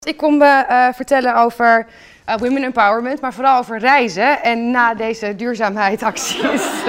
Ik kom vertellen over women empowerment, maar vooral over reizen. En na deze duurzaamheidsacties.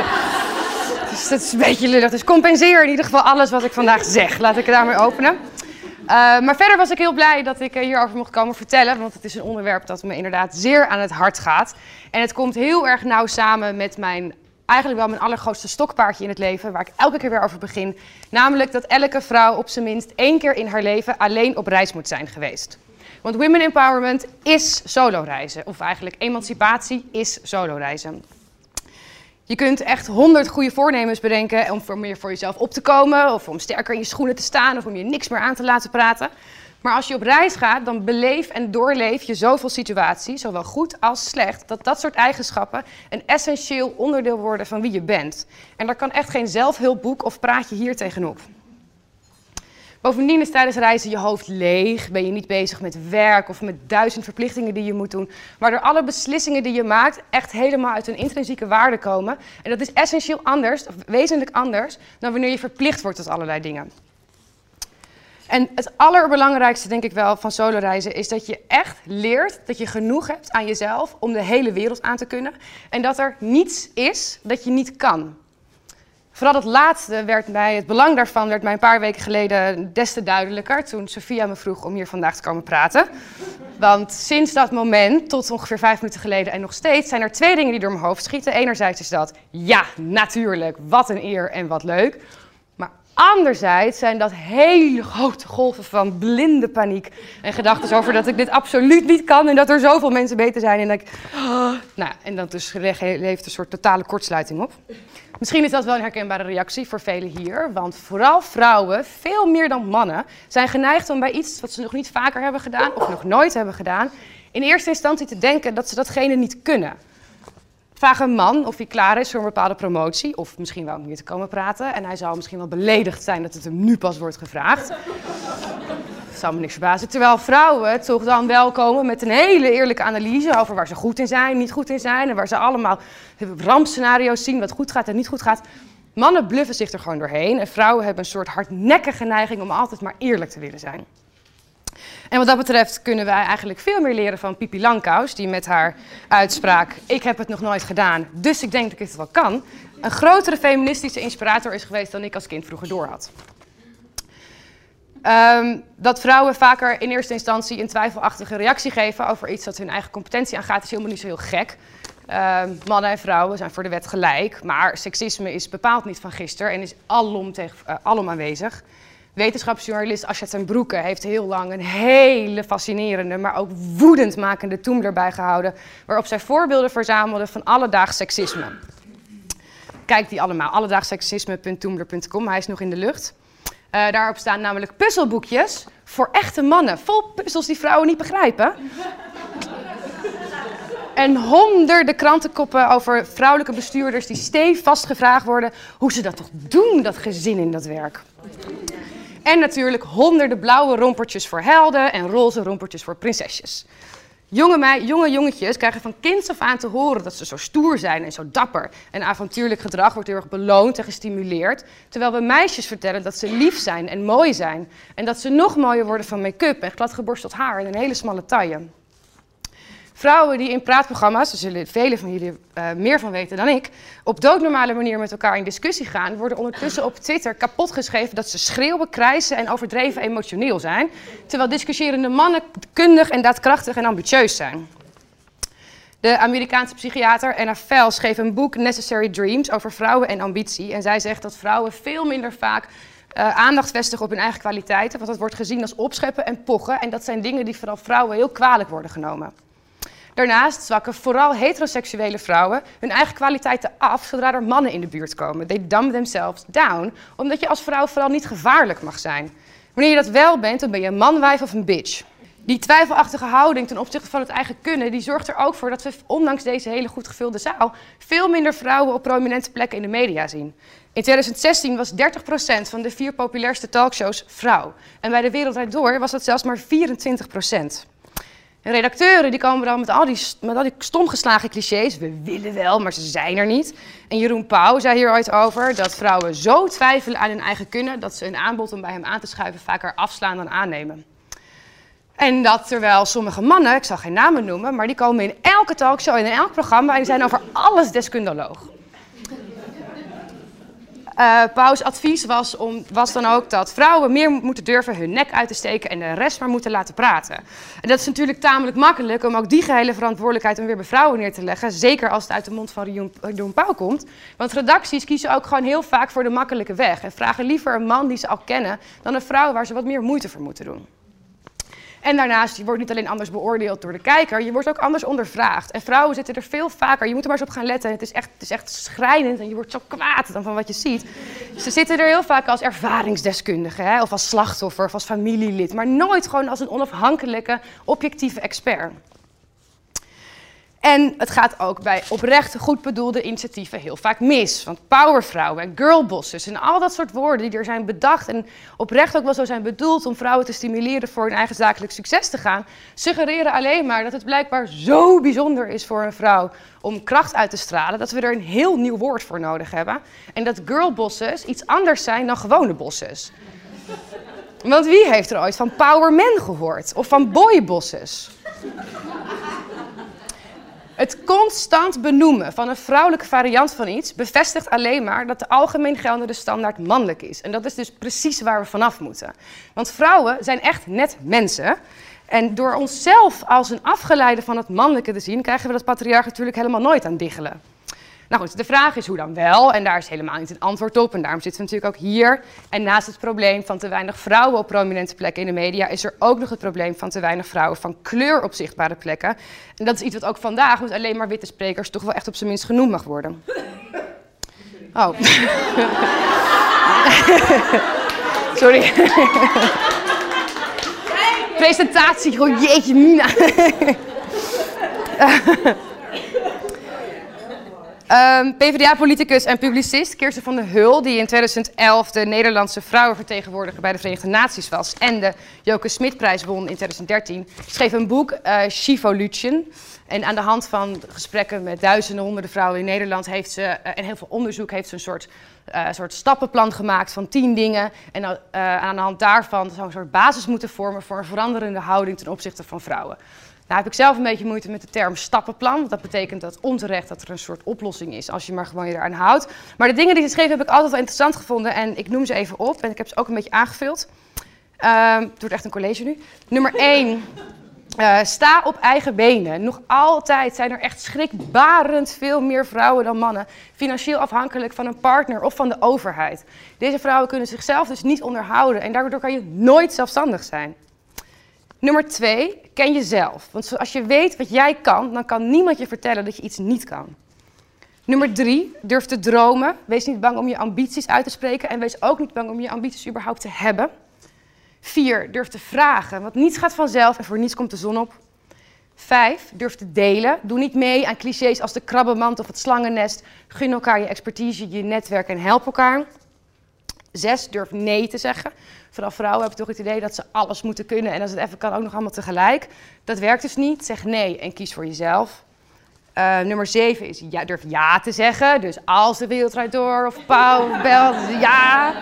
Dus dat is een beetje lullig. Dus compenseer in ieder geval alles wat ik vandaag zeg. Laat ik het daarmee openen. Maar verder was ik heel blij dat ik hierover mocht komen vertellen. Want het is een onderwerp dat me inderdaad zeer aan het hart gaat. En het komt heel erg nauw samen met eigenlijk wel mijn allergrootste stokpaardje in het leven, waar ik elke keer weer over begin. Namelijk dat elke vrouw op zijn minst 1 keer in haar leven alleen op reis moet zijn geweest. Want women empowerment is soloreizen. Of eigenlijk emancipatie is soloreizen. Je kunt echt 100 goede voornemens bedenken om meer voor jezelf op te komen, of om sterker in je schoenen te staan, of om je niks meer aan te laten praten. Maar als je op reis gaat, dan beleef en doorleef je zoveel situaties, zowel goed als slecht, dat dat soort eigenschappen een essentieel onderdeel worden van wie je bent. En daar kan echt geen zelfhulpboek of praatje hier tegenop. Bovendien is tijdens reizen je hoofd leeg, ben je niet bezig met werk of met 1000 verplichtingen die je moet doen, waardoor alle beslissingen die je maakt echt helemaal uit hun intrinsieke waarde komen. En dat is essentieel anders, of wezenlijk anders, dan wanneer je verplicht wordt tot allerlei dingen. En het allerbelangrijkste, denk ik wel, van soloreizen is dat je echt leert dat je genoeg hebt aan jezelf om de hele wereld aan te kunnen. En dat er niets is dat je niet kan. Vooral dat laatste het belang daarvan werd mij een paar weken geleden des te duidelijker toen Sophia me vroeg om hier vandaag te komen praten. Want sinds dat moment, tot ongeveer 5 minuten geleden en nog steeds, zijn er 2 dingen die door mijn hoofd schieten. Enerzijds is dat, ja, natuurlijk, wat een eer en wat leuk. Maar anderzijds zijn dat hele grote golven van blinde paniek en gedachten over dat ik dit absoluut niet kan en dat er zoveel mensen beter zijn. En en dan dus levert een soort totale kortsluiting op. Misschien is dat wel een herkenbare reactie voor velen hier, want vooral vrouwen, veel meer dan mannen, zijn geneigd om bij iets wat ze nog niet vaker hebben gedaan of nog nooit hebben gedaan, in eerste instantie te denken dat ze datgene niet kunnen. Vraag een man of hij klaar is voor een bepaalde promotie, of misschien wel om hier te komen praten, en hij zal misschien wel beledigd zijn dat het hem nu pas wordt gevraagd. Dat zou me niks verbazen. Terwijl vrouwen toch dan wel komen met een hele eerlijke analyse over waar ze goed in zijn, niet goed in zijn, en waar ze allemaal rampscenario's zien, wat goed gaat en niet goed gaat. Mannen bluffen zich er gewoon doorheen en vrouwen hebben een soort hardnekkige neiging om altijd maar eerlijk te willen zijn. En wat dat betreft kunnen wij eigenlijk veel meer leren van Pippi Langkous, die met haar uitspraak, ik heb het nog nooit gedaan, dus ik denk dat ik het wel kan, een grotere feministische inspirator is geweest dan ik als kind vroeger doorhad. Dat vrouwen vaker in eerste instantie een twijfelachtige reactie geven over iets dat hun eigen competentie aangaat, is helemaal niet zo heel gek. Mannen en vrouwen zijn voor de wet gelijk, maar seksisme is bepaald niet van gisteren en is alom aanwezig. Wetenschapsjournalist Asja ten Broeke heeft heel lang een hele fascinerende, maar ook woedend makende Tumblr bijgehouden, waarop zij voorbeelden verzamelde van alledaags seksisme. Kijk die allemaal, alledaagsseksisme.tumblr.com, hij is nog in de lucht. Daarop staan namelijk puzzelboekjes voor echte mannen, vol puzzels die vrouwen niet begrijpen. En honderden krantenkoppen over vrouwelijke bestuurders die stevast gevraagd worden hoe ze dat toch doen, dat gezin in dat werk. En natuurlijk honderden blauwe rompertjes voor helden en roze rompertjes voor prinsesjes. Jonge jongetjes krijgen van kinds af aan te horen dat ze zo stoer zijn en zo dapper. En avontuurlijk gedrag wordt heel erg beloond en gestimuleerd. Terwijl we meisjes vertellen dat ze lief zijn en mooi zijn. En dat ze nog mooier worden van make-up en gladgeborsteld haar en een hele smalle taille. Vrouwen die in praatprogramma's, daar zullen velen van jullie meer van weten dan ik, op doodnormale manier met elkaar in discussie gaan, worden ondertussen op Twitter kapotgeschreven dat ze schreeuwen, krijsen en overdreven emotioneel zijn. Terwijl discussiërende mannen kundig en daadkrachtig en ambitieus zijn. De Amerikaanse psychiater Anna Fell schreef een boek Necessary Dreams over vrouwen en ambitie. En zij zegt dat vrouwen veel minder vaak aandacht vestigen op hun eigen kwaliteiten, want dat wordt gezien als opscheppen en pochen. En dat zijn dingen die vooral vrouwen heel kwalijk worden genomen. Daarnaast zwakken vooral heteroseksuele vrouwen hun eigen kwaliteiten af zodra er mannen in de buurt komen. They dumb themselves down, omdat je als vrouw vooral niet gevaarlijk mag zijn. Wanneer je dat wel bent, dan ben je een man, wijf of een bitch. Die twijfelachtige houding ten opzichte van het eigen kunnen, die zorgt er ook voor dat we, ondanks deze hele goed gevulde zaal, veel minder vrouwen op prominente plekken in de media zien. In 2016 was 30% van de 4 populairste talkshows vrouw. En bij De Wereld Draait Door was dat zelfs maar 24%. En redacteuren die komen dan met al die stomgeslagen clichés. We willen wel, maar ze zijn er niet. En Jeroen Pauw zei hier ooit over dat vrouwen zo twijfelen aan hun eigen kunnen dat ze een aanbod om bij hem aan te schuiven vaker afslaan dan aannemen. En dat terwijl sommige mannen, ik zal geen namen noemen, maar die komen in elke talkshow en in elk programma en die zijn over alles deskundeloog. Pauws' advies was dan ook dat vrouwen meer moeten durven hun nek uit te steken en de rest maar moeten laten praten. En dat is natuurlijk tamelijk makkelijk om ook die gehele verantwoordelijkheid om weer bij vrouwen neer te leggen. Zeker als het uit de mond van Jeroen Pauw komt. Want redacties kiezen ook gewoon heel vaak voor de makkelijke weg. En vragen liever een man die ze al kennen dan een vrouw waar ze wat meer moeite voor moeten doen. En daarnaast, je wordt niet alleen anders beoordeeld door de kijker, je wordt ook anders ondervraagd. En vrouwen zitten er veel vaker, je moet er maar eens op gaan letten. Het is echt schrijnend en je wordt zo kwaad dan van wat je ziet. Ze zitten er heel vaak als ervaringsdeskundige, hè, of als slachtoffer, of als familielid. Maar nooit gewoon als een onafhankelijke, objectieve expert. En het gaat ook bij oprecht goed bedoelde initiatieven heel vaak mis. Want powervrouwen en girlbosses en al dat soort woorden die er zijn bedacht en oprecht ook wel zo zijn bedoeld om vrouwen te stimuleren voor hun eigen zakelijk succes te gaan, suggereren alleen maar dat het blijkbaar zo bijzonder is voor een vrouw om kracht uit te stralen, dat we er een heel nieuw woord voor nodig hebben. En dat girlbosses iets anders zijn dan gewone bosses. Want wie heeft er ooit van power men gehoord? Of van boybosses? Het constant benoemen van een vrouwelijke variant van iets bevestigt alleen maar dat de algemeen geldende standaard mannelijk is. En dat is dus precies waar we vanaf moeten. Want vrouwen zijn echt net mensen. En door onszelf als een afgeleide van het mannelijke te zien, krijgen we dat patriarch natuurlijk helemaal nooit aan diggelen. Nou goed, de vraag is hoe dan wel, en daar is helemaal niet een antwoord op, en daarom zitten we natuurlijk ook hier. En naast het probleem van te weinig vrouwen op prominente plekken in de media, is er ook nog het probleem van te weinig vrouwen van kleur op zichtbare plekken. En dat is iets wat ook vandaag met alleen maar witte sprekers toch wel echt op zijn minst genoemd mag worden. Oh. Sorry. Presentatie, oh jeetje Mina. PvdA-politicus en publicist Kirsten van der Heul, die in 2011 de Nederlandse vrouwenvertegenwoordiger bij de Verenigde Naties was en de Joke Smitprijs won in 2013, schreef een boek, Shevolution. En aan de hand van gesprekken met duizenden, honderden vrouwen in Nederland heeft ze, en heel veel onderzoek, heeft ze een soort stappenplan gemaakt van 10 dingen. En aan de hand daarvan zou een soort basis moeten vormen voor een veranderende houding ten opzichte van vrouwen. Nou heb ik zelf een beetje moeite met de term stappenplan. Want dat betekent dat onterecht dat er een soort oplossing is als je maar gewoon je eraan houdt. Maar de dingen die ze schreef heb ik altijd wel interessant gevonden. En ik noem ze even op. En ik heb ze ook een beetje aangevuld. Het wordt echt een college nu. Nummer 1. Sta op eigen benen. Nog altijd zijn er echt schrikbarend veel meer vrouwen dan mannen financieel afhankelijk van een partner of van de overheid. Deze vrouwen kunnen zichzelf dus niet onderhouden en daardoor kan je nooit zelfstandig zijn. Nummer 2, ken jezelf. Want als je weet wat jij kan, dan kan niemand je vertellen dat je iets niet kan. Nummer 3, durf te dromen. Wees niet bang om je ambities uit te spreken en wees ook niet bang om je ambities überhaupt te hebben. 4, durf te vragen, want niets gaat vanzelf en voor niets komt de zon op. 5, durf te delen. Doe niet mee aan clichés als de krabbenmand of het slangennest. Gun elkaar je expertise, je netwerk en help elkaar. 6, durf nee te zeggen. Vooral vrouwen hebben toch het idee dat ze alles moeten kunnen en als het even kan ook nog allemaal tegelijk. Dat werkt dus niet. Zeg nee en kies voor jezelf. Nummer 7 is durf ja te zeggen. Dus als de wereld draait door of Pauw belt, ja.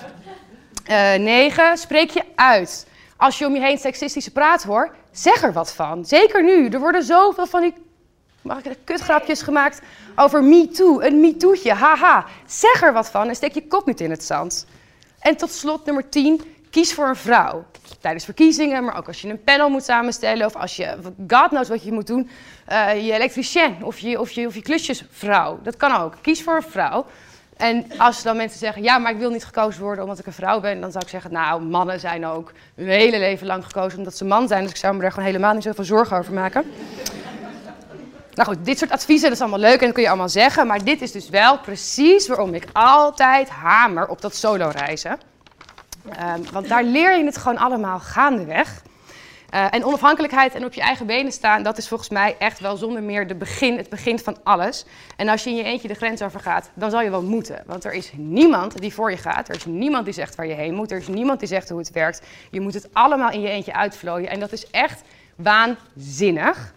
9, spreek je uit. Als je om je heen seksistische praat hoort, zeg er wat van. Zeker nu. Er worden zoveel van die kutgrapjes gemaakt over MeToo. Een MeToo'tje, haha. Zeg er wat van en steek je kop niet in het zand. En tot slot nummer 10, kies voor een vrouw. Tijdens verkiezingen, maar ook als je een panel moet samenstellen of als je, God knows wat je moet doen, je elektricien of je klusjesvrouw. Dat kan ook. Kies voor een vrouw. En als dan mensen zeggen, ja, maar ik wil niet gekozen worden omdat ik een vrouw ben, dan zou ik zeggen, nou, mannen zijn ook hun hele leven lang gekozen omdat ze man zijn. Dus ik zou me daar gewoon helemaal niet zoveel zorgen over maken. Nou goed, dit soort adviezen, dat is allemaal leuk en dat kun je allemaal zeggen. Maar dit is dus wel precies waarom ik altijd hamer op dat solo reizen. Want daar leer je het gewoon allemaal gaandeweg. En onafhankelijkheid en op je eigen benen staan, dat is volgens mij echt wel zonder meer het begin van alles. En als je in je eentje de grens overgaat, dan zal je wel moeten. Want er is niemand die voor je gaat, er is niemand die zegt waar je heen moet, er is niemand die zegt hoe het werkt. Je moet het allemaal in je eentje uitvlooien en dat is echt waanzinnig.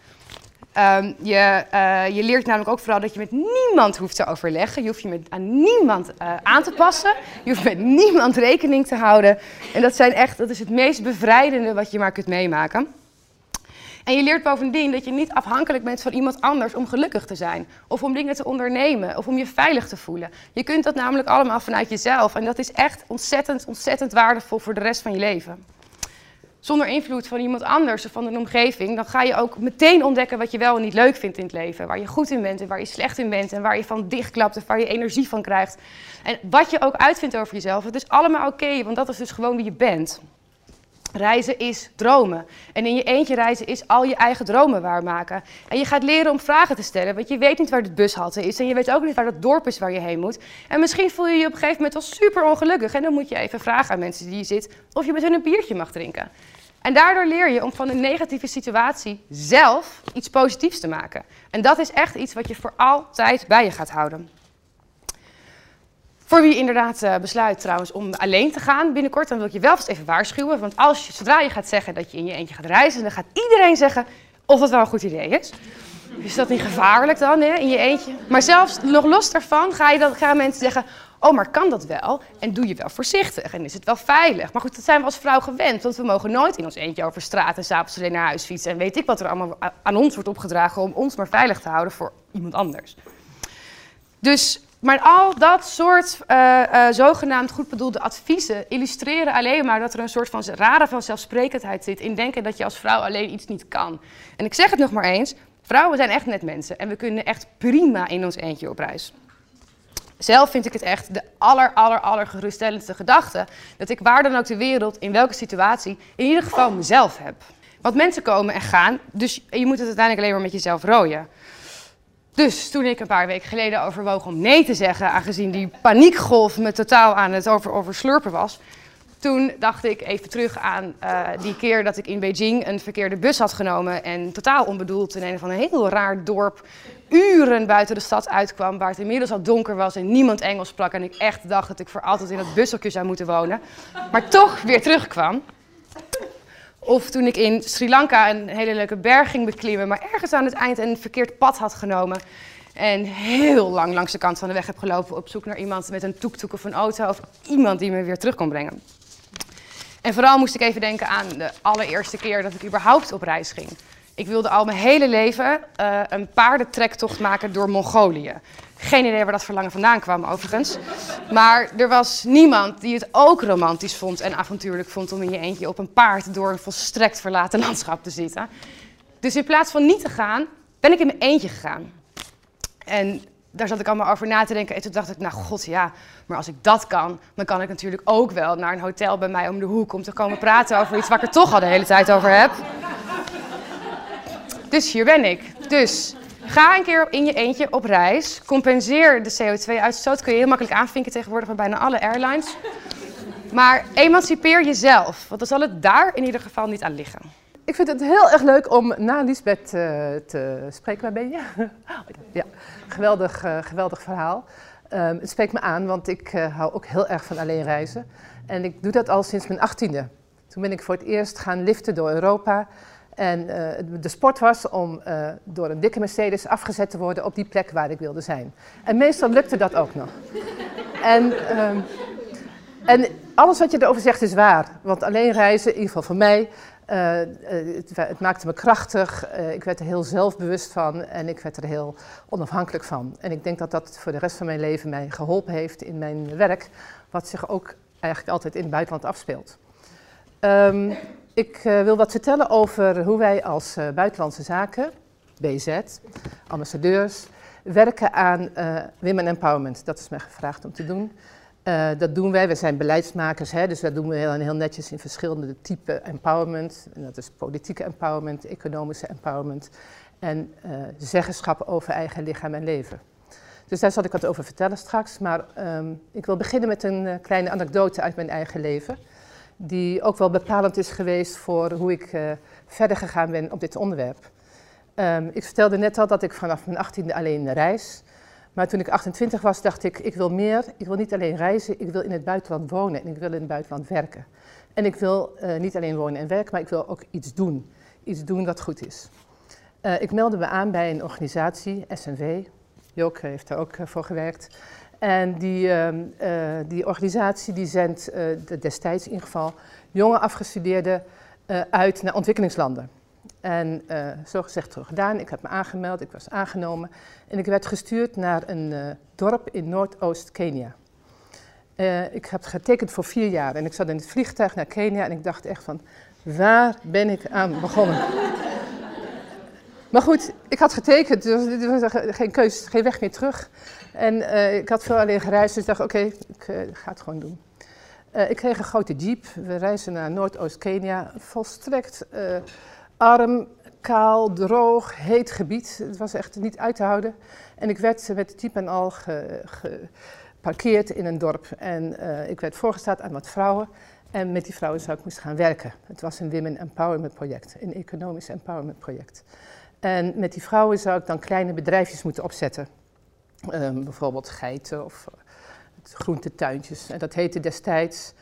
Je leert namelijk ook vooral dat je met niemand hoeft te overleggen. Je hoeft je aan niemand aan te passen. Je hoeft met niemand rekening te houden. En dat is het meest bevrijdende wat je maar kunt meemaken. En je leert bovendien dat je niet afhankelijk bent van iemand anders om gelukkig te zijn. Of om dingen te ondernemen, of om je veilig te voelen. Je kunt dat namelijk allemaal vanuit jezelf. En dat is echt ontzettend, ontzettend waardevol voor de rest van je leven. Zonder invloed van iemand anders of van een omgeving, dan ga je ook meteen ontdekken wat je wel en niet leuk vindt in het leven. Waar je goed in bent en waar je slecht in bent en waar je van dichtklapt of waar je energie van krijgt. En wat je ook uitvindt over jezelf, het is allemaal oké, want dat is dus gewoon wie je bent. Reizen is dromen. En in je eentje reizen is al je eigen dromen waarmaken. En je gaat leren om vragen te stellen, want je weet niet waar de bushalte is. En je weet ook niet waar dat dorp is waar je heen moet. En misschien voel je je op een gegeven moment wel super ongelukkig. En dan moet je even vragen aan mensen die je zit of je met hun een biertje mag drinken. En daardoor leer je om van een negatieve situatie zelf iets positiefs te maken. En dat is echt iets wat je voor altijd bij je gaat houden. Voor wie inderdaad besluit trouwens om alleen te gaan binnenkort, dan wil ik je wel vast even waarschuwen. Want zodra je gaat zeggen dat je in je eentje gaat reizen, dan gaat iedereen zeggen of dat wel een goed idee is. Is dat niet gevaarlijk dan, hè, in je eentje? Maar zelfs nog los daarvan gaan mensen zeggen, oh, maar kan dat wel? En doe je wel voorzichtig en is het wel veilig? Maar goed, dat zijn we als vrouw gewend, want we mogen nooit in ons eentje over straat en 's avonds alleen naar huis fietsen. En weet ik wat er allemaal aan ons wordt opgedragen om ons maar veilig te houden voor iemand anders. Dus... Maar al dat soort zogenaamd goed bedoelde adviezen illustreren alleen maar dat er een soort van rare vanzelfsprekendheid zit in denken dat je als vrouw alleen iets niet kan. En ik zeg het nog maar eens, vrouwen zijn echt net mensen en we kunnen echt prima in ons eentje op reis. Zelf vind ik het echt de aller geruststellendste gedachte dat ik waar dan ook de wereld, in welke situatie, in ieder geval mezelf heb. Want mensen komen en gaan, dus je moet het uiteindelijk alleen maar met jezelf rooien. Dus toen ik een paar weken geleden overwoog om nee te zeggen, aangezien die paniekgolf me totaal aan het overslurpen was, toen dacht ik even terug aan die keer dat ik in Beijing een verkeerde bus had genomen en totaal onbedoeld in een van een heel raar dorp uren buiten de stad uitkwam, waar het inmiddels al donker was en niemand Engels sprak en ik echt dacht dat ik voor altijd in dat bushokje zou moeten wonen, maar toch weer terugkwam. Of toen ik in Sri Lanka een hele leuke berg ging beklimmen, maar ergens aan het eind een verkeerd pad had genomen. En heel lang langs de kant van de weg heb gelopen op zoek naar iemand met een toektoek of een auto of iemand die me weer terug kon brengen. En vooral moest ik even denken aan de allereerste keer dat ik überhaupt op reis ging. Ik wilde al mijn hele leven een paardentrektocht maken door Mongolië. Geen idee waar dat verlangen vandaan kwam overigens. Maar er was niemand die het ook romantisch vond en avontuurlijk vond om in je eentje op een paard door een volstrekt verlaten landschap te zitten. Dus in plaats van niet te gaan, ben ik in mijn eentje gegaan. En daar zat ik allemaal over na te denken. En toen dacht ik, nou god ja, maar als ik dat kan, dan kan ik natuurlijk ook wel naar een hotel bij mij om de hoek om te komen praten over iets waar ik het toch al de hele tijd over heb. Dus hier ben ik. Dus ga een keer in je eentje op reis. Compenseer de CO2-uitstoot. Kun je heel makkelijk aanvinken tegenwoordig bij bijna alle airlines. Maar emancipeer jezelf. Want dan zal het daar in ieder geval niet aan liggen. Ik vind het heel erg leuk om na Liesbeth te spreken. Waar ben je? Ja, geweldig verhaal. Het spreekt me aan, want ik hou ook heel erg van alleen reizen. En ik doe dat al sinds mijn 18e. Toen ben ik voor het eerst gaan liften door Europa. En de sport was om door een dikke Mercedes afgezet te worden op die plek waar ik wilde zijn. En meestal lukte dat ook nog. En alles wat je erover zegt is waar. Want alleen reizen, in ieder geval voor mij, het maakte me krachtig. Ik werd er heel zelfbewust van en ik werd er heel onafhankelijk van. En ik denk dat dat voor de rest van mijn leven mij geholpen heeft in mijn werk. Wat zich ook eigenlijk altijd in het buitenland afspeelt. Ik wil wat vertellen over hoe wij als Buitenlandse Zaken, BZ, ambassadeurs, werken aan Women Empowerment. Dat is mij gevraagd om te doen. Dat doen wij zijn beleidsmakers, hè, dus dat doen we heel netjes in verschillende typen empowerment. En dat is politieke empowerment, economische empowerment en zeggenschap over eigen lichaam en leven. Dus daar zal ik wat over vertellen straks, maar ik wil beginnen met een kleine anekdote uit mijn eigen leven. Die ook wel bepalend is geweest voor hoe ik verder gegaan ben op dit onderwerp. Ik vertelde net al dat ik vanaf mijn 18e alleen reis. Maar toen ik 28 was, dacht ik, ik wil meer. Ik wil niet alleen reizen, ik wil in het buitenland wonen en ik wil in het buitenland werken. En ik wil niet alleen wonen en werken, maar ik wil ook iets doen. Iets doen wat goed is. Ik meldde me aan bij een organisatie, SNW. Joke heeft daar ook voor gewerkt. En die organisatie die zendt destijds in ieder geval jonge afgestudeerden uit naar ontwikkelingslanden. En zo gezegd, zo gedaan. Ik heb me aangemeld, ik was aangenomen. En ik werd gestuurd naar een dorp in Noordoost-Kenia. Ik heb getekend voor 4 jaar en ik zat in het vliegtuig naar Kenia en ik dacht echt van, waar ben ik aan begonnen? Maar goed, ik had getekend, dus er was geen keus, geen weg meer terug. En ik had veel alleen gereisd, dus ik dacht, oké, ik ga het gewoon doen. Ik kreeg een grote jeep, we reisden naar Noordoost-Kenia, volstrekt arm, kaal, droog, heet gebied. Het was echt niet uit te houden. En ik werd met de jeep en al geparkeerd in een dorp. En ik werd voorgesteld aan wat vrouwen. En met die vrouwen zou ik moest gaan werken. Het was een Women Empowerment project, een economisch empowerment project. En met die vrouwen zou ik dan kleine bedrijfjes moeten opzetten. Bijvoorbeeld geiten of groentetuintjes. En dat heette destijds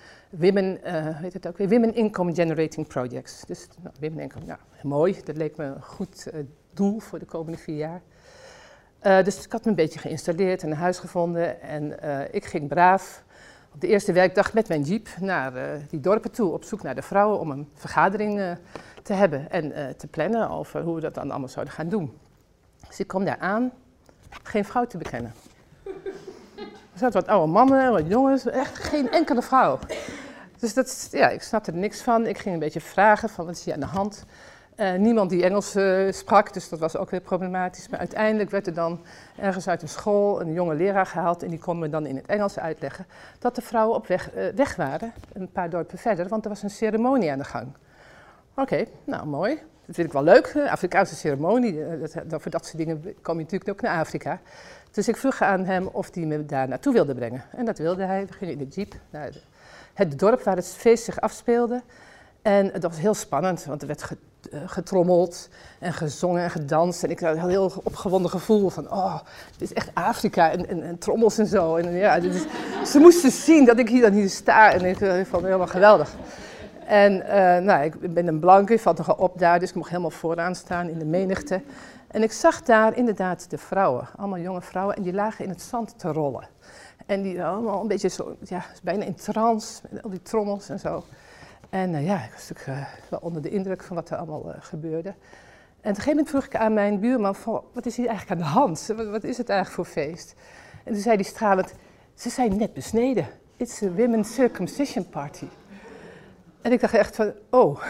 Women Income Generating Projects. Dus Women Income, nou, mooi. Dat leek me een goed doel voor de komende 4 jaar. Dus ik had me een beetje geïnstalleerd en een huis gevonden. En ik ging braaf op de eerste werkdag met mijn jeep naar die dorpen toe. Op zoek naar de vrouwen om een vergadering te hebben. En te plannen over hoe we dat dan allemaal zouden gaan doen. Dus ik kom daar aan, geen vrouw te bekennen. Er zaten wat oude mannen, wat jongens, echt geen enkele vrouw. Dus dat, ja, ik snapte er niks van. Ik ging een beetje vragen van wat is hier aan de hand. Niemand die Engels sprak, dus dat was ook weer problematisch. Maar uiteindelijk werd er dan ergens uit een school een jonge leraar gehaald en die kon me dan in het Engels uitleggen dat de vrouwen op weg waren, een paar dorpen verder, want er was een ceremonie aan de gang. Oké, nou mooi. Dat vind ik wel leuk, Afrikaanse ceremonie. Voor dat soort dingen kom je natuurlijk ook naar Afrika. Dus ik vroeg aan hem of hij me daar naartoe wilde brengen. En dat wilde hij. We gingen in de jeep naar het dorp waar het feest zich afspeelde. En dat was heel spannend, want er werd getrommeld en gezongen en gedanst. En ik had een heel opgewonden gevoel van, oh, dit is echt Afrika en trommels en zo. En ja, ze moesten zien dat ik hier sta en ik vond het helemaal geweldig. En nou, ik ben een blanke, ik valt nogal op daar, dus ik mocht helemaal vooraan staan in de menigte. En ik zag daar inderdaad de vrouwen, allemaal jonge vrouwen, en die lagen in het zand te rollen. En die allemaal een beetje zo, ja, bijna in trance, met al die trommels en zo. En ja, ik was natuurlijk wel onder de indruk van wat er allemaal gebeurde. En op een gegeven moment vroeg ik aan mijn buurman, van, wat is hier eigenlijk aan de hand? Wat is het eigenlijk voor feest? En toen zei hij stralend, ze zijn net besneden. It's a women's circumcision party. En ik dacht echt van, oh,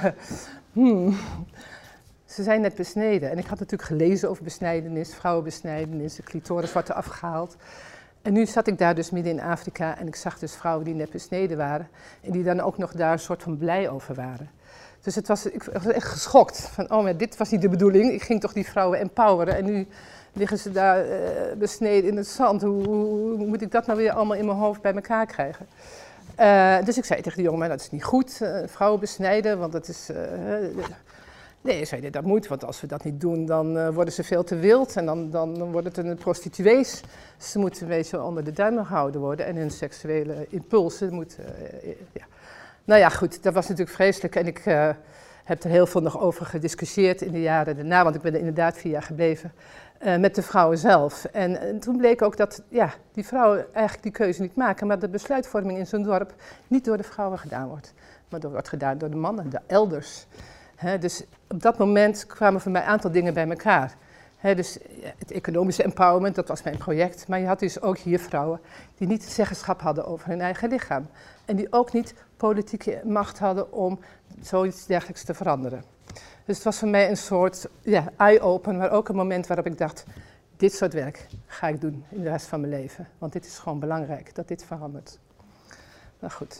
ze zijn net besneden. En ik had natuurlijk gelezen over besnijdenis, vrouwenbesnijdenis, de clitoris wordt eraf gehaald. En nu zat ik daar dus midden in Afrika en ik zag dus vrouwen die net besneden waren. En die dan ook nog daar een soort van blij over waren. Dus ik was echt geschokt van, oh, maar dit was niet de bedoeling. Ik ging toch die vrouwen empoweren en nu liggen ze daar besneden in het zand. Hoe moet ik dat nou weer allemaal in mijn hoofd bij elkaar krijgen? Dus ik zei tegen die jongen, dat is niet goed, vrouwen besnijden, want dat is... Nee, zei hij, dat moet, want als we dat niet doen, dan worden ze veel te wild en dan wordt het een prostituees. Ze moeten een beetje onder de duim gehouden worden en hun seksuele impulsen moeten... ja. Nou ja, goed, dat was natuurlijk vreselijk en ik heb er heel veel nog over gediscussieerd in de jaren daarna, want ik ben er inderdaad 4 jaar gebleven, met de vrouwen zelf. En toen bleek ook dat ja, die vrouwen eigenlijk die keuze niet maken, maar de besluitvorming in zo'n dorp niet door de vrouwen gedaan wordt, maar wordt gedaan door de mannen, de elders. Dus op dat moment kwamen voor mij een aantal dingen bij elkaar. Dus het economische empowerment, dat was mijn project. Maar je had dus ook hier vrouwen die niet zeggenschap hadden over hun eigen lichaam. En die ook niet politieke macht hadden om zoiets dergelijks te veranderen. Dus het was voor mij een soort eye-open, maar ook een moment waarop ik dacht, dit soort werk ga ik doen in de rest van mijn leven. Want dit is gewoon belangrijk, dat dit verandert. Nou goed.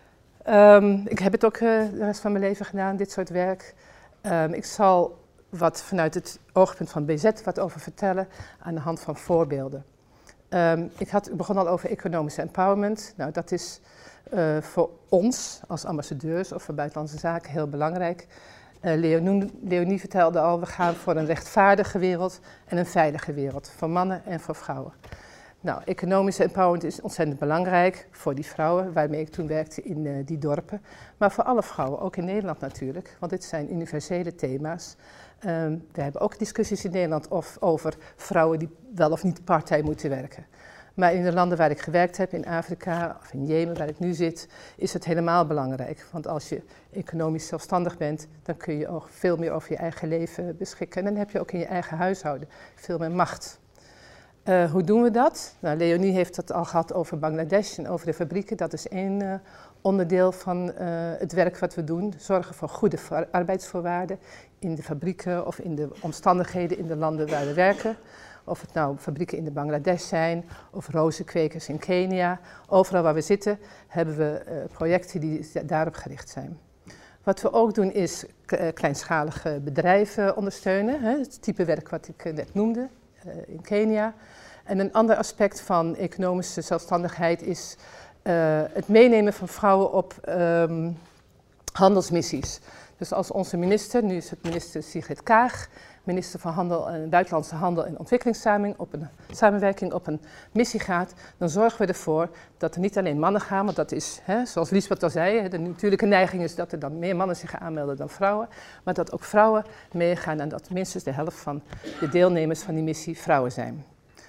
Ik heb het ook de rest van mijn leven gedaan, dit soort werk. Ik zal wat vanuit het oogpunt van BZ wat over vertellen aan de hand van voorbeelden. Ik begon al over economische empowerment. Nou, dat is voor ons als ambassadeurs of voor buitenlandse zaken heel belangrijk. Leonie vertelde al, we gaan voor een rechtvaardige wereld en een veilige wereld. Voor mannen en voor vrouwen. Nou, economische empowerment is ontzettend belangrijk voor die vrouwen, waarmee ik toen werkte in die dorpen. Maar voor alle vrouwen, ook in Nederland natuurlijk, want dit zijn universele thema's. We hebben ook discussies in Nederland over vrouwen die wel of niet part-time moeten werken. Maar in de landen waar ik gewerkt heb, in Afrika of in Jemen, waar ik nu zit, is het helemaal belangrijk. Want als je economisch zelfstandig bent, dan kun je ook veel meer over je eigen leven beschikken. En dan heb je ook in je eigen huishouden veel meer macht. Hoe doen we dat? Nou, Leonie heeft het al gehad over Bangladesh en over de fabrieken. Dat is één onderdeel van het werk wat we doen. Zorgen voor goede arbeidsvoorwaarden in de fabrieken of in de omstandigheden in de landen waar we werken. Of het nou fabrieken in de Bangladesh zijn of rozenkwekers in Kenia. Overal waar we zitten hebben we projecten die daarop gericht zijn. Wat we ook doen is kleinschalige bedrijven ondersteunen. Het type werk wat ik net noemde in Kenia. En een ander aspect van economische zelfstandigheid is het meenemen van vrouwen op handelsmissies. Dus als onze minister, nu is het minister Sigrid Kaag, minister van Buitenlandse Handel en Ontwikkelingssamenwerking op een missie gaat, dan zorgen we ervoor dat er niet alleen mannen gaan, want dat is, zoals Liesbeth al zei, de natuurlijke neiging is dat er dan meer mannen zich gaan aanmelden dan vrouwen, maar dat ook vrouwen meegaan en dat minstens de helft van de deelnemers van die missie vrouwen zijn.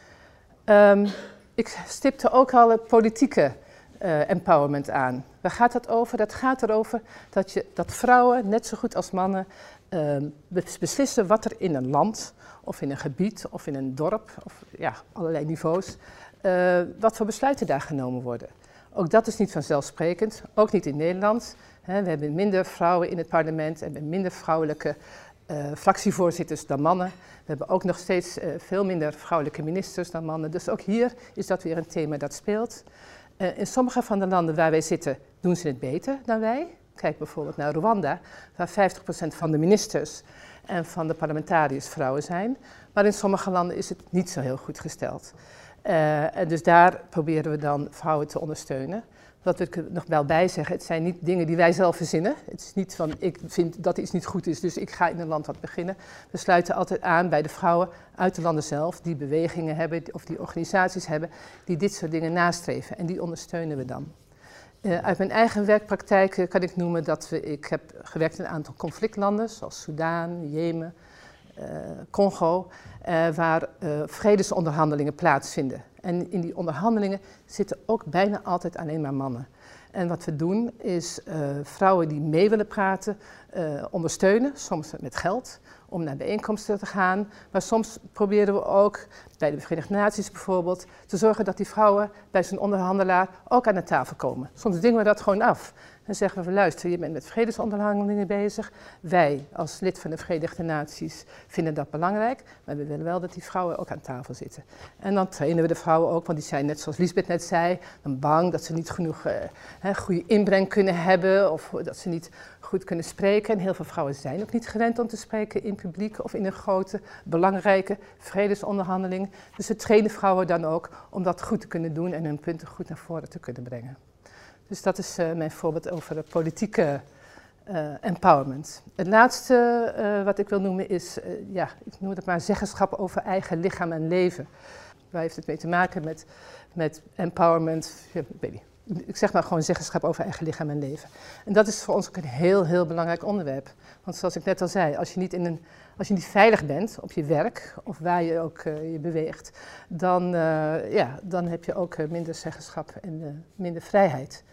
Ik stipte ook al het politieke empowerment aan. Waar gaat dat over? Dat gaat erover dat vrouwen, net zo goed als mannen, beslissen wat er in een land, of in een gebied, of in een dorp, of ja, allerlei niveaus, wat voor besluiten daar genomen worden. Ook dat is niet vanzelfsprekend, ook niet in Nederland. We hebben minder vrouwen in het parlement en minder vrouwelijke fractievoorzitters dan mannen. We hebben ook nog steeds veel minder vrouwelijke ministers dan mannen. Dus ook hier is dat weer een thema dat speelt. In sommige van de landen waar wij zitten doen ze het beter dan wij. Kijk bijvoorbeeld naar Rwanda, waar 50% van de ministers en van de parlementariërs vrouwen zijn. Maar in sommige landen is het niet zo heel goed gesteld. En dus daar proberen we dan vrouwen te ondersteunen. Wat wil ik er nog wel bij zeggen, het zijn niet dingen die wij zelf verzinnen. Het is niet van, ik vind dat iets niet goed is, dus ik ga in een land wat beginnen. We sluiten altijd aan bij de vrouwen uit de landen zelf, die bewegingen hebben of die organisaties hebben, die dit soort dingen nastreven. En die ondersteunen we dan. Uit mijn eigen werkpraktijk kan ik noemen dat ik heb gewerkt in een aantal conflictlanden, zoals Soudaan, Jemen, Congo, waar vredesonderhandelingen plaatsvinden. En in die onderhandelingen zitten ook bijna altijd alleen maar mannen. En wat we doen is vrouwen die mee willen praten ondersteunen, soms met geld, om naar bijeenkomsten te gaan. Maar soms proberen we ook, bij de Verenigde Naties bijvoorbeeld, te zorgen dat die vrouwen bij zo'n onderhandelaar ook aan de tafel komen. Soms dwingen we dat gewoon af. Dan zeggen we, luister, je bent met vredesonderhandelingen bezig. Wij als lid van de Verenigde Naties vinden dat belangrijk, maar we willen wel dat die vrouwen ook aan tafel zitten. En dan trainen we de vrouwen ook, want die zijn net zoals Liesbeth net zei, dan bang dat ze niet genoeg goede inbreng kunnen hebben of dat ze niet goed kunnen spreken. En heel veel vrouwen zijn ook niet gewend om te spreken in publiek of in een grote, belangrijke vredesonderhandeling. Dus we trainen vrouwen dan ook om dat goed te kunnen doen en hun punten goed naar voren te kunnen brengen. Dus dat is mijn voorbeeld over de politieke empowerment. Het laatste wat ik wil noemen is, ik noem het maar zeggenschap over eigen lichaam en leven. Waar heeft het mee te maken met empowerment? Ik zeg maar gewoon zeggenschap over eigen lichaam en leven. En dat is voor ons ook een heel, heel belangrijk onderwerp. Want zoals ik net al zei, als je niet veilig bent op je werk of waar je ook je beweegt, dan heb je ook minder zeggenschap en minder vrijheid.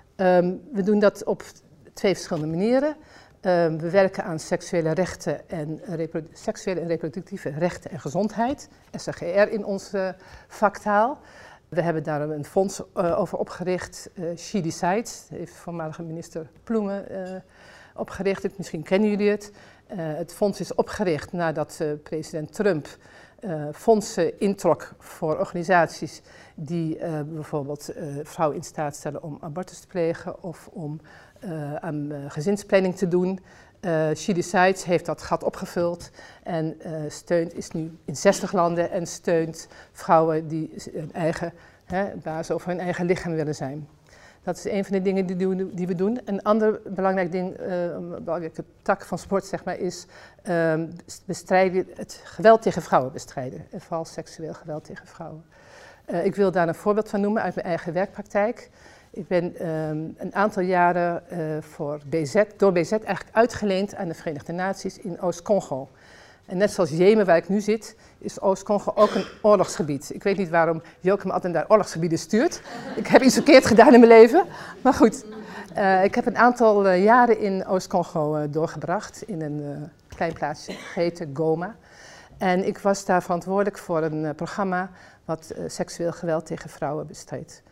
We doen dat op 2 verschillende manieren. We werken aan seksuele rechten en seksuele en reproductieve rechten en gezondheid, SRGR in onze vaktaal. We hebben daar een fonds over opgericht, She Decides, heeft voormalige minister Ploemen opgericht. Misschien kennen jullie het. Het fonds is opgericht nadat president Trump fondsen introk voor organisaties die bijvoorbeeld vrouwen in staat stellen om abortus te plegen of om aan gezinsplanning te doen. She Decides heeft dat gat opgevuld en is nu in 60 landen en steunt vrouwen die een eigen baas over hun eigen lichaam willen zijn. Dat is een van de dingen die we doen. Een ander belangrijk ding, een belangrijke tak van sport zeg maar, is bestrijden, het geweld tegen vrouwen bestrijden. En vooral seksueel geweld tegen vrouwen. Ik wil daar een voorbeeld van noemen uit mijn eigen werkpraktijk. Ik ben een aantal jaren door BZ eigenlijk uitgeleend aan de Verenigde Naties in Oost-Congo. En net zoals Jemen, waar ik nu zit, is Oost-Congo ook een oorlogsgebied. Ik weet niet waarom Joachim altijd naar oorlogsgebieden stuurt. Ik heb iets verkeerd gedaan in mijn leven. Maar goed, ik heb een aantal jaren in Oost-Congo doorgebracht. In een klein plaatsje, geheten Goma. En ik was daar verantwoordelijk voor een programma wat seksueel geweld tegen vrouwen bestreed.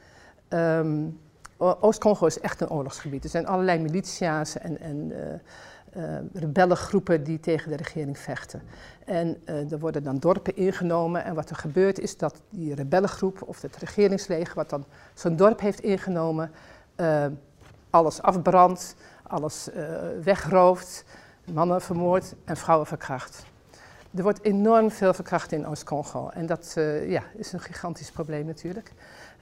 Oost-Congo is echt een oorlogsgebied. Er zijn allerlei militia's en rebellengroepen die tegen de regering vechten. En er worden dan dorpen ingenomen en wat er gebeurt is dat die rebellengroep of het regeringsleger wat dan zo'n dorp heeft ingenomen, alles afbrandt, alles wegrooft, mannen vermoordt en vrouwen verkracht. Er wordt enorm veel verkracht in Oost-Congo en dat is een gigantisch probleem natuurlijk.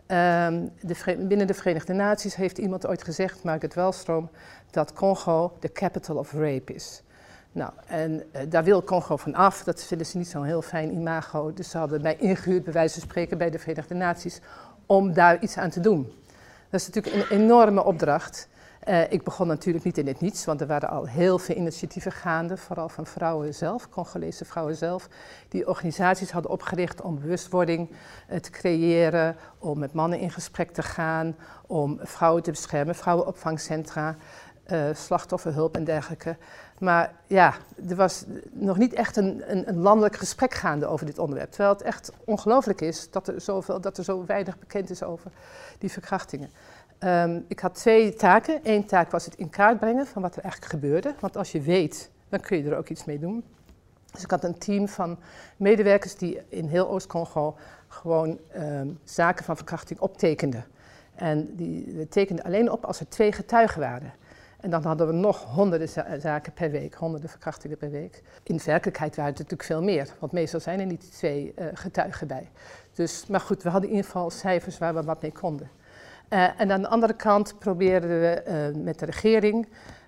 Binnen de Verenigde Naties heeft iemand ooit gezegd, Margaret Wellstrom, dat Congo de capital of rape is. Nou, en daar wil Congo van af, dat vinden ze niet zo'n heel fijn imago. Dus ze hadden mij ingehuurd, bij wijze van spreken, bij de Verenigde Naties, om daar iets aan te doen. Dat is natuurlijk een enorme opdracht. Ik begon natuurlijk niet in het niets, want er waren al heel veel initiatieven gaande, vooral van vrouwen zelf, Congolese vrouwen zelf, die organisaties hadden opgericht om bewustwording te creëren, om met mannen in gesprek te gaan, om vrouwen te beschermen, vrouwenopvangcentra, slachtofferhulp en dergelijke. Maar ja, er was nog niet echt een landelijk gesprek gaande over dit onderwerp, terwijl het echt ongelooflijk is dat er zo weinig bekend is over die verkrachtingen. Ik had 2 taken. Eén taak was het in kaart brengen van wat er eigenlijk gebeurde. Want als je weet, dan kun je er ook iets mee doen. Dus ik had een team van medewerkers die in heel Oost-Congo gewoon zaken van verkrachting optekenden. En die tekenden alleen op als er 2 getuigen waren. En dan hadden we nog honderden zaken per week, honderden verkrachtingen per week. In de werkelijkheid waren het natuurlijk veel meer, want meestal zijn er niet 2 getuigen bij. Dus, maar goed, we hadden in ieder geval cijfers waar we wat mee konden. En aan de andere kant probeerden we met de regering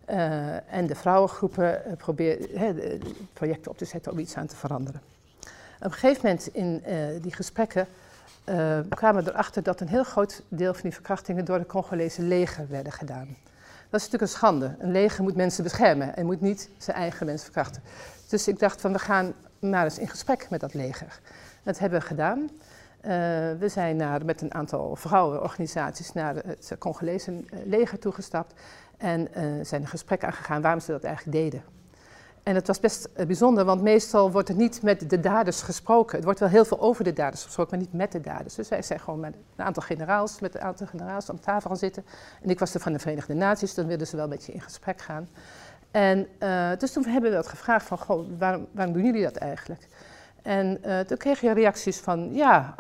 en de vrouwengroepen projecten op te zetten om iets aan te veranderen. Op een gegeven moment in die gesprekken kwamen we erachter dat een heel groot deel van die verkrachtingen door het Congolese leger werden gedaan. Dat is natuurlijk een schande. Een leger moet mensen beschermen en moet niet zijn eigen mensen verkrachten. Dus ik dacht van we gaan maar eens in gesprek met dat leger. Dat hebben we gedaan. We zijn met een aantal vrouwenorganisaties naar het Congolese leger toegestapt en zijn een gesprek aangegaan waarom ze dat eigenlijk deden. En het was best bijzonder, want meestal wordt er niet met de daders gesproken. Er wordt wel heel veel over de daders gesproken, maar niet met de daders. Dus wij zijn gewoon met een aantal generaals aan tafel gaan zitten. En ik was er van de Verenigde Naties, dan wilden ze wel met je in gesprek gaan. En dus toen hebben we dat gevraagd van, goh, waarom doen jullie dat eigenlijk? En toen kreeg je reacties van,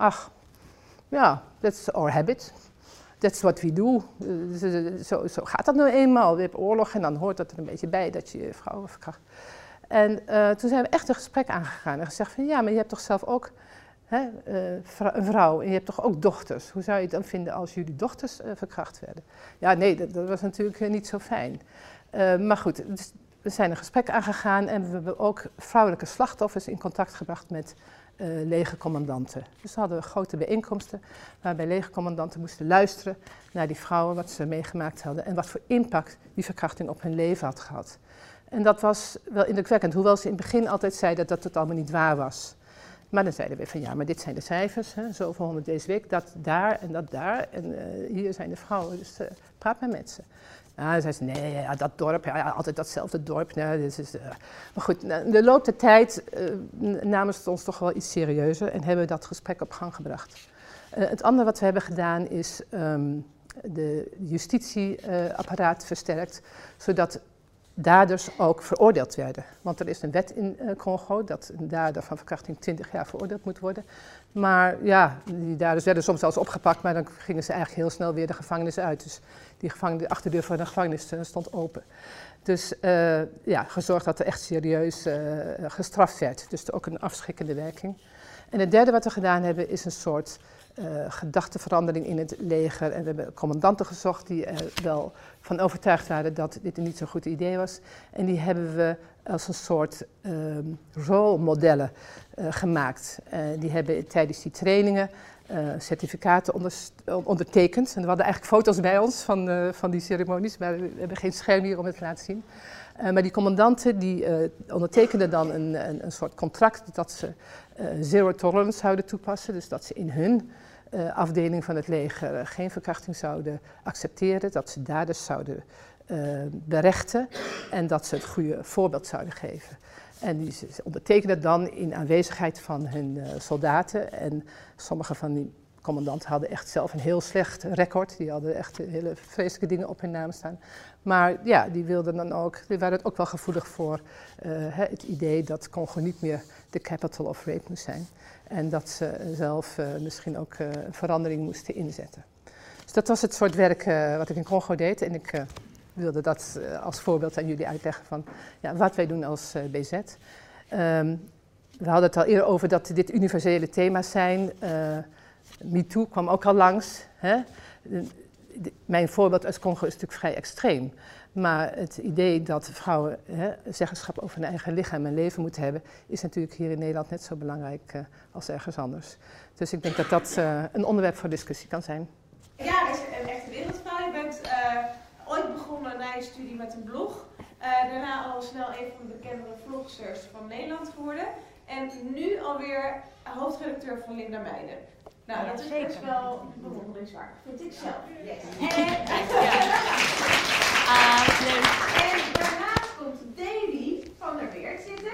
that's our habit. That's what we do. Zo gaat dat nou eenmaal. We hebben oorlog en dan hoort dat er een beetje bij dat je vrouwen verkracht. En toen zijn we echt een gesprek aangegaan en gezegd van, ja, maar je hebt toch zelf ook een vrouw en je hebt toch ook dochters. Hoe zou je het dan vinden als jullie dochters verkracht werden? Ja, nee, dat was natuurlijk niet zo fijn. Maar goed, dus we zijn een gesprek aangegaan en we hebben ook vrouwelijke slachtoffers in contact gebracht met legercommandanten. Dus we hadden grote bijeenkomsten waarbij legercommandanten moesten luisteren naar die vrouwen, wat ze meegemaakt hadden en wat voor impact die verkrachting op hun leven had gehad. En dat was wel indrukwekkend, hoewel ze in het begin altijd zeiden dat het allemaal niet waar was. Maar dan zeiden we van ja, maar dit zijn de cijfers, zoveel 100 deze week, dat daar en dat daar. En hier zijn de vrouwen, dus praat maar met ze. Ja, dan zei ze, nee, ja, dat dorp, ja, altijd datzelfde dorp. Nou, maar goed, in de loop der tijd namen ze het ons toch wel iets serieuzer en hebben we dat gesprek op gang gebracht. Het andere wat we hebben gedaan is de justitieapparaat versterkt, zodat daders ook veroordeeld werden. Want er is een wet in Congo dat een dader van verkrachting 20 jaar veroordeeld moet worden. Maar ja, die daders werden soms zelfs opgepakt, maar dan gingen ze eigenlijk heel snel weer de gevangenis uit. Dus de achterdeur van de gevangenis stond open. Dus gezorgd dat er echt serieus gestraft werd. Dus ook een afschrikkende werking. En het derde wat we gedaan hebben is een soort gedachteverandering in het leger. En we hebben commandanten gezocht die er wel van overtuigd waren dat dit een niet zo'n goed idee was. En die hebben we als een soort rolmodellen gemaakt. Die hebben tijdens die trainingen certificaten ondertekend. En we hadden eigenlijk foto's bij ons van die ceremonies, maar we hebben geen scherm hier om het te laten zien. Maar die commandanten die ondertekenden dan een soort contract dat ze zero tolerance zouden toepassen. Dus dat ze in hun afdeling van het leger geen verkrachting zouden accepteren. Dat ze daders zouden berechten en dat ze het goede voorbeeld zouden geven. En die ondertekenden dan in aanwezigheid van hun soldaten. En sommige van die commandanten hadden echt zelf een heel slecht record. Die hadden echt hele vreselijke dingen op hun naam staan. Maar ja, die waren het ook wel gevoelig voor het idee dat Congo niet meer de capital of rape moest zijn. En dat ze zelf misschien ook een verandering moesten inzetten. Dus dat was het soort werk wat ik in Congo deed. En ik wilde dat als voorbeeld aan jullie uitleggen van wat wij doen als BZ. We hadden het al eerder over dat dit universele thema's zijn. MeToo kwam ook al langs. Hè? Mijn voorbeeld uit Congo is natuurlijk vrij extreem. Maar het idee dat vrouwen zeggenschap over hun eigen lichaam en leven moeten hebben, is natuurlijk hier in Nederland net zo belangrijk als ergens anders. Dus ik denk dat dat een onderwerp voor discussie kan zijn. Ja, dat is een echte wereldvrouw. Je bent ooit begonnen na je studie met een blog. Daarna al snel een van de bekendere vlogsters van Nederland geworden. En nu alweer hoofdredacteur van Linda Meijden. Nou, dat is best wel bewonderingswaardig, vind ik zelf. Yes. En daarnaast komt Davy van der Weert zitten.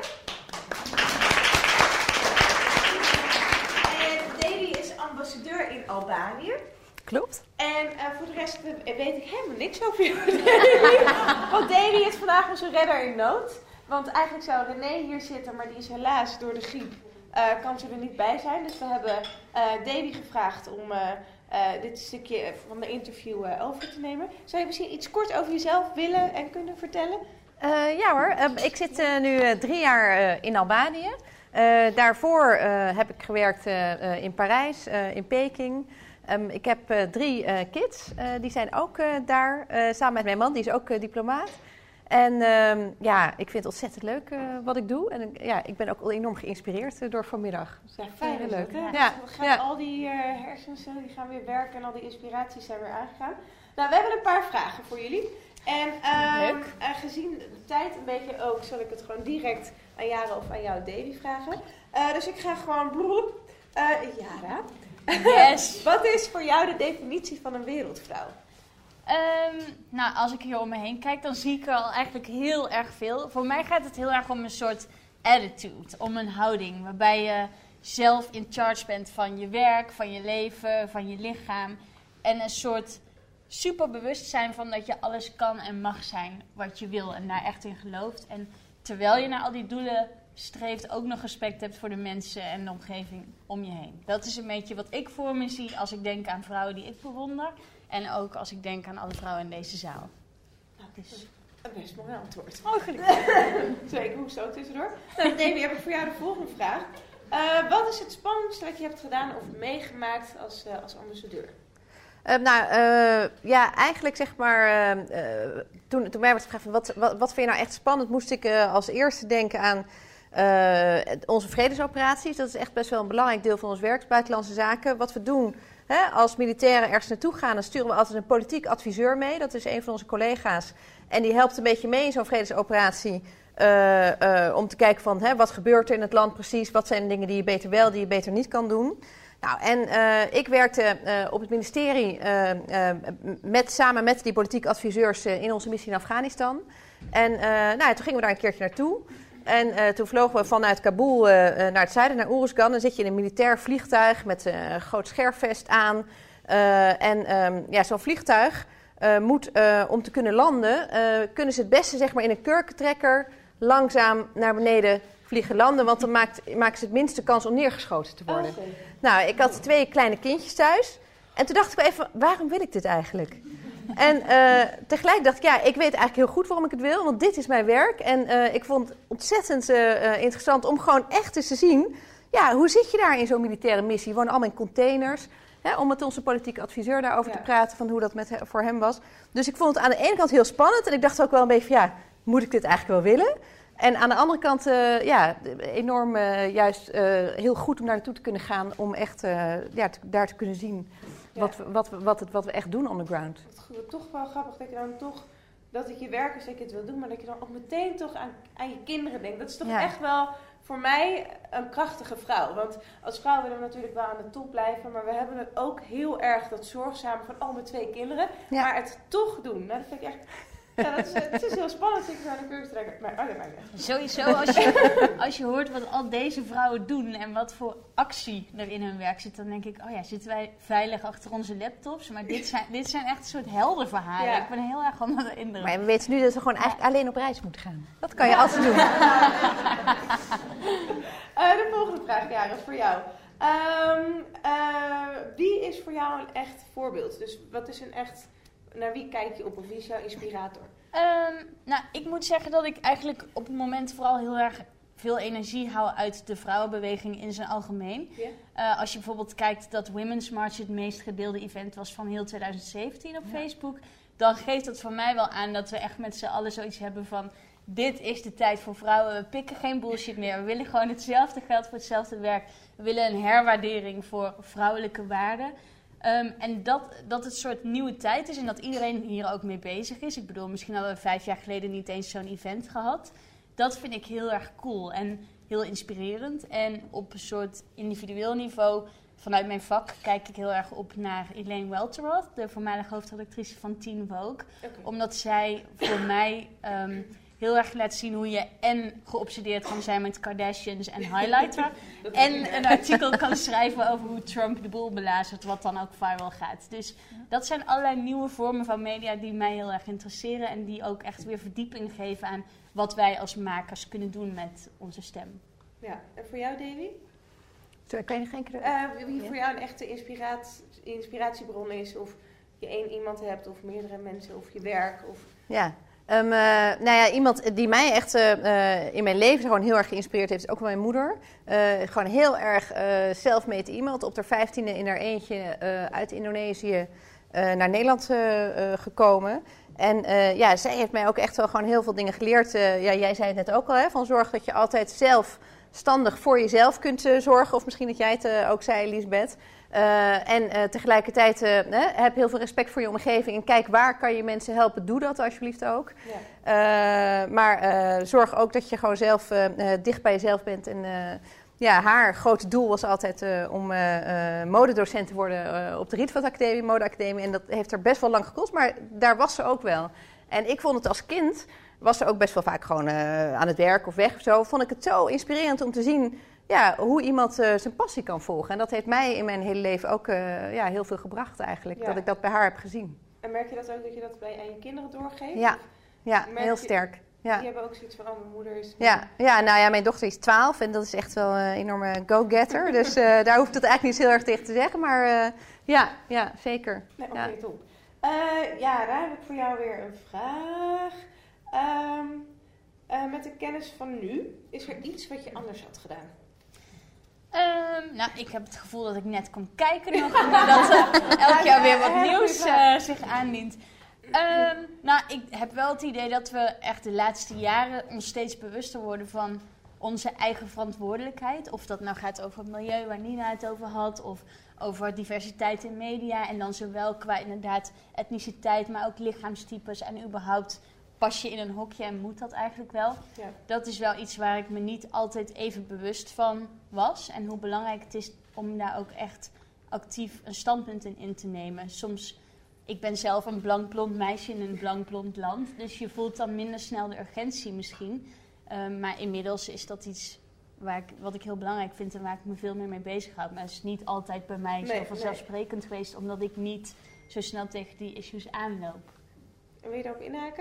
En Davy is ambassadeur in Albanië. Klopt. En voor de rest weet ik helemaal niks over jou. Want Davy is vandaag onze redder in nood. Want eigenlijk zou René hier zitten, maar die is helaas door de griep. Kan ze er niet bij zijn. Dus we hebben Davy gevraagd om dit stukje van de interview over te nemen. Zou je misschien iets kort over jezelf willen en kunnen vertellen? Ja hoor, ik zit nu 3 jaar in Albanië. Daarvoor heb ik gewerkt in Parijs, in Peking. Ik heb 3 kids, die zijn ook daar, samen met mijn man, die is ook diplomaat. En ik vind het ontzettend leuk wat ik doe. En ik ben ook enorm geïnspireerd door vanmiddag. Ja, fijn. Heel leuk. Al die hersens die gaan weer werken en al die inspiraties zijn weer aangegaan. Nou, we hebben een paar vragen voor jullie. En gezien de tijd een beetje ook, zal ik het gewoon direct aan Jara of aan jou, Davy, vragen. Dus ik ga gewoon Jara. Yes. Wat is voor jou de definitie van een wereldvrouw? Nou, als ik hier om me heen kijk, dan zie ik er al eigenlijk heel erg veel. Voor mij gaat het heel erg om een soort attitude, om een houding. Waarbij je zelf in charge bent van je werk, van je leven, van je lichaam. En een soort superbewustzijn van dat je alles kan en mag zijn wat je wil en daar echt in gelooft. En terwijl je naar al die doelen streeft, ook nog respect hebt voor de mensen en de omgeving om je heen. Dat is een beetje wat ik voor me zie als ik denk aan vrouwen die ik bewonder. En ook als ik denk aan alle vrouwen in deze zaal. Nou, dat is een best mooi antwoord. Oh, gelukkig. Sorry, ik hoest ook tussendoor. Nou, Davy, heb ik voor jou de volgende vraag. Wat is het spannendste wat je hebt gedaan of meegemaakt als ambassadeur? Eigenlijk zeg maar, toen mij werd gevraagd, wat vind je nou echt spannend, moest ik als eerste denken aan onze vredesoperaties. Dat is echt best wel een belangrijk deel van ons werk, buitenlandse zaken. Wat we doen, als militairen ergens naartoe gaan, dan sturen we altijd een politiek adviseur mee. Dat is een van onze collega's. En die helpt een beetje mee in zo'n vredesoperatie om te kijken van wat gebeurt er in het land precies, wat zijn de dingen die je beter wel, die je beter niet kan doen. Nou, en ik werkte op het ministerie samen met die politieke adviseurs in onze missie in Afghanistan. En toen gingen we daar een keertje naartoe. En toen vlogen we vanuit Kabul naar het zuiden, naar Uruzgan. Dan zit je in een militair vliegtuig met een groot scherfvest aan. Zo'n vliegtuig moet, om te kunnen landen, kunnen ze het beste zeg maar, in een kurkentrekker langzaam naar beneden vliegen landen. Want dan maken ze het minste kans om neergeschoten te worden. Okay. Nou, ik had 2 kleine kindjes thuis. En toen dacht ik wel even, waarom wil ik dit eigenlijk? En tegelijk dacht ik, ik weet eigenlijk heel goed waarom ik het wil. Want dit is mijn werk. En ik vond het ontzettend interessant om gewoon echt eens te zien. Ja, hoe zit je daar in zo'n militaire missie? We wonen allemaal in containers. Om met onze politieke adviseur daarover te praten. Van hoe dat voor hem was. Dus ik vond het aan de ene kant heel spannend. En ik dacht ook wel een beetje moet ik dit eigenlijk wel willen? En aan de andere kant, enorm heel goed om daar naartoe te kunnen gaan. Om echt daar te kunnen zien wat we echt doen on the ground. Het is toch wel grappig dat je dan toch dat het je werk is dat je het wil doen, maar dat je dan ook meteen toch aan je kinderen denkt. Dat is toch Ja. echt wel voor mij een krachtige vrouw. Want als vrouw willen we natuurlijk wel aan de top blijven, maar we hebben het ook heel erg dat zorgzame van mijn 2 kinderen. Ja. Maar het toch doen, nou, dat vind ik echt... Ja, het is heel spannend. Ik ga een cursus trekken. Maar dat maakt niet. Sowieso, als je hoort wat al deze vrouwen doen en wat voor actie er in hun werk zit, dan denk ik, zitten wij veilig achter onze laptops. Maar dit zijn echt een soort heldenverhalen. Ja. Ik ben heel erg onder de indruk. Maar we weten nu dat we gewoon eigenlijk alleen op reis moeten gaan. Dat kan je altijd doen. De volgende vraag, Jara, is voor jou. Wie is voor jou een echt voorbeeld? Dus wat is een echt... Naar wie kijk je op of wie is jouw inspirator? Nou, ik moet zeggen dat ik eigenlijk op het moment vooral heel erg veel energie haal uit de vrouwenbeweging in zijn algemeen. Ja. Als je bijvoorbeeld kijkt dat Women's March het meest gedeelde event was van heel 2017 op Facebook, dan geeft dat voor mij wel aan dat we echt met z'n allen zoiets hebben van: dit is de tijd voor vrouwen, we pikken geen bullshit meer, we willen gewoon hetzelfde geld voor hetzelfde werk, we willen een herwaardering voor vrouwelijke waarden. En dat het een soort nieuwe tijd is en dat iedereen hier ook mee bezig is. Ik bedoel, misschien hadden we 5 jaar geleden niet eens zo'n event gehad. Dat vind ik heel erg cool en heel inspirerend. En op een soort individueel niveau, vanuit mijn vak, kijk ik heel erg op naar Elaine Welteroth, de voormalige hoofdredactrice van Teen Vogue. Okay. Omdat zij voor mij heel erg laat zien hoe je en geobsedeerd kan zijn met Kardashians en highlighter. En een artikel kan schrijven over hoe Trump de boel belazert, wat dan ook viral gaat. Dus dat zijn allerlei nieuwe vormen van media die mij heel erg interesseren. En die ook echt weer verdieping geven aan wat wij als makers kunnen doen met onze stem. Ja, en voor jou, Davy? Sorry, kan je nog één keer... Wie voor jou een echte inspiratiebron is? Of je één iemand hebt, of meerdere mensen, of je werk? Of... Ja. Iemand die mij echt in mijn leven gewoon heel erg geïnspireerd heeft, is ook mijn moeder. Gewoon heel erg self-made iemand. Op haar 15e in haar eentje uit Indonesië naar Nederland gekomen. En zij heeft mij ook echt wel gewoon heel veel dingen geleerd. Jij zei het net ook al, hè, van zorg dat je altijd zelfstandig voor jezelf kunt zorgen. Of misschien dat jij het ook zei, Liesbeth. En tegelijkertijd heb heel veel respect voor je omgeving. En kijk, waar kan je mensen helpen? Doe dat alsjeblieft ook. Ja. Maar zorg ook dat je gewoon zelf dicht bij jezelf bent. En haar grote doel was altijd om modedocent te worden op de Rietveld Academie, modeacademie. En dat heeft er best wel lang gekost, maar daar was ze ook wel. En ik vond het als kind, was ze ook best wel vaak gewoon aan het werk of weg of zo. Vond ik het zo inspirerend om te zien hoe iemand zijn passie kan volgen. En dat heeft mij in mijn hele leven ook heel veel gebracht eigenlijk. Ja. Dat ik dat bij haar heb gezien. En merk je dat ook, dat je dat aan je kinderen doorgeeft? Ja, heel sterk. Ja. Die hebben ook zoiets van, mijn moeder is... Mijn dochter is 12 en dat is echt wel een enorme go-getter. Dus daar hoeft het eigenlijk niet heel erg tegen te zeggen. Maar ja, zeker. Nee, oké, top. Jara, heb ik voor jou weer een vraag. Met de kennis van nu, is er iets wat je anders had gedaan? Ik heb het gevoel dat ik net kom kijken nog. En dat elk jaar weer wat nieuws zich aandient. Ik heb wel het idee dat we echt de laatste jaren ons steeds bewuster worden van onze eigen verantwoordelijkheid. Of dat nou gaat over het milieu, waar Nina het over had, of over diversiteit in media. En dan zowel qua inderdaad etniciteit, maar ook lichaamstypes en überhaupt pas je in een hokje en moet dat eigenlijk wel. Ja. Dat is wel iets waar ik me niet altijd even bewust van was. En hoe belangrijk het is om daar ook echt actief een standpunt in te nemen. Soms, ik ben zelf een blank blond meisje in een blank blond land. Dus je voelt dan minder snel de urgentie misschien. Maar inmiddels is dat iets wat ik heel belangrijk vind en waar ik me veel meer mee bezighoud. Maar het is niet altijd bij mij zo vanzelfsprekend geweest, omdat ik niet zo snel tegen die issues aanloop. En wil je daarop inhaken?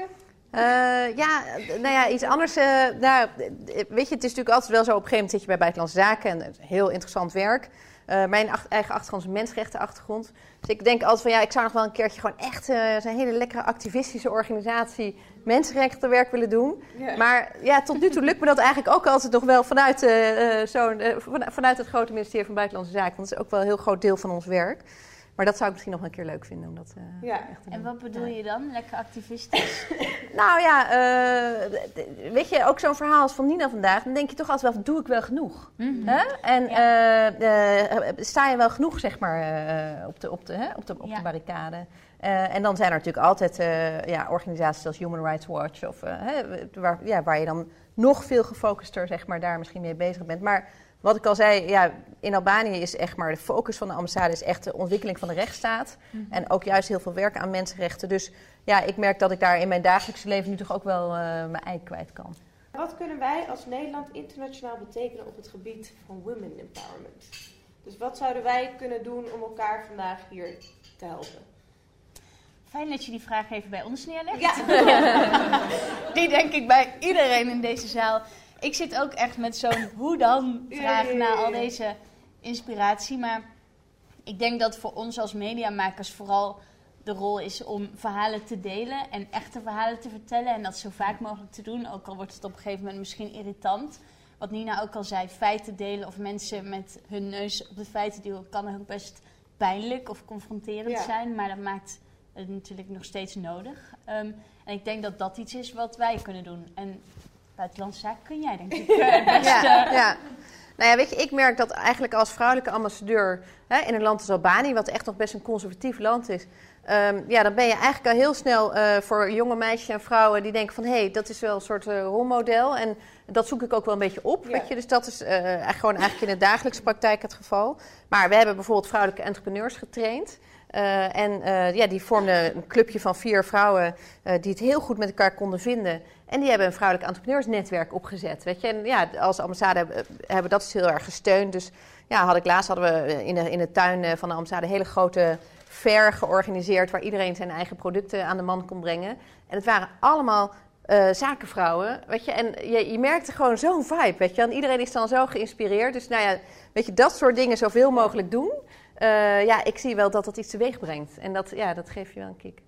Iets anders. Weet je, het is natuurlijk altijd wel zo, op een gegeven moment zit je bij Buitenlandse Zaken en heel interessant werk. Mijn eigen achtergrond is een mensenrechtenachtergrond. Dus ik denk altijd van ik zou nog wel een keertje gewoon echt zo'n hele lekkere activistische organisatie mensenrechtenwerk willen doen. Yeah. Maar tot nu toe lukt me dat eigenlijk ook altijd nog wel vanuit het grote ministerie van Buitenlandse Zaken. Want dat is ook wel een heel groot deel van ons werk. Maar dat zou ik misschien nog een keer leuk vinden om dat echt te doen. En wat bedoel je dan? Lekker activistisch? Nou ja, weet je, ook zo'n verhaal als van Nina vandaag, dan denk je toch altijd wel, doe ik wel genoeg? Hè? En sta je wel genoeg, zeg maar, op de barricade? En dan zijn er natuurlijk altijd organisaties als Human Rights Watch, of, waar je dan nog veel gefocuster, zeg maar, daar misschien mee bezig bent. Maar wat ik al zei, in Albanië is echt maar de focus van de ambassade is echt de ontwikkeling van de rechtsstaat. En ook juist heel veel werken aan mensenrechten. Dus ja, ik merk dat ik daar in mijn dagelijkse leven nu toch ook wel mijn ei kwijt kan. Wat kunnen wij als Nederland internationaal betekenen op het gebied van women empowerment? Dus wat zouden wij kunnen doen om elkaar vandaag hier te helpen? Fijn dat je die vraag even bij ons neerlegt. Ja. Die denk ik bij iedereen in deze zaal. Ik zit ook echt met zo'n hoe dan vraag na al deze inspiratie. Maar ik denk dat voor ons als mediamakers vooral de rol is om verhalen te delen en echte verhalen te vertellen. En dat zo vaak mogelijk te doen, ook al wordt het op een gegeven moment misschien irritant. Wat Nina ook al zei, feiten delen of mensen met hun neus op de feiten duwen, kan ook best pijnlijk of confronterend zijn. Maar dat maakt het natuurlijk nog steeds nodig. En ik denk dat dat iets is wat wij kunnen doen. En buitenlandse zaken kun jij, denk ik, best. Nou ja, weet je, ik merk dat eigenlijk als vrouwelijke ambassadeur in een land als Albanië, wat echt nog best een conservatief land is, dan ben je eigenlijk al heel snel voor jonge meisjes en vrouwen die denken van, hé, dat is wel een soort rolmodel. En dat zoek ik ook wel een beetje op, weet je. Dus dat is eigenlijk in de dagelijkse praktijk het geval. Maar we hebben bijvoorbeeld vrouwelijke entrepreneurs getraind. Die vormden een clubje van 4 vrouwen die het heel goed met elkaar konden vinden. En die hebben een vrouwelijk entrepreneursnetwerk opgezet. Weet je? En als ambassade hebben we dat dus heel erg gesteund. Dus hadden we in de tuin van de ambassade een hele grote fair georganiseerd, waar iedereen zijn eigen producten aan de man kon brengen. En het waren allemaal zakenvrouwen, weet je. En je merkte gewoon zo'n vibe, weet je. En iedereen is dan zo geïnspireerd. Dus weet je, dat soort dingen zoveel mogelijk doen. Ik zie wel dat dat iets teweeg brengt. En dat geeft je wel een kick.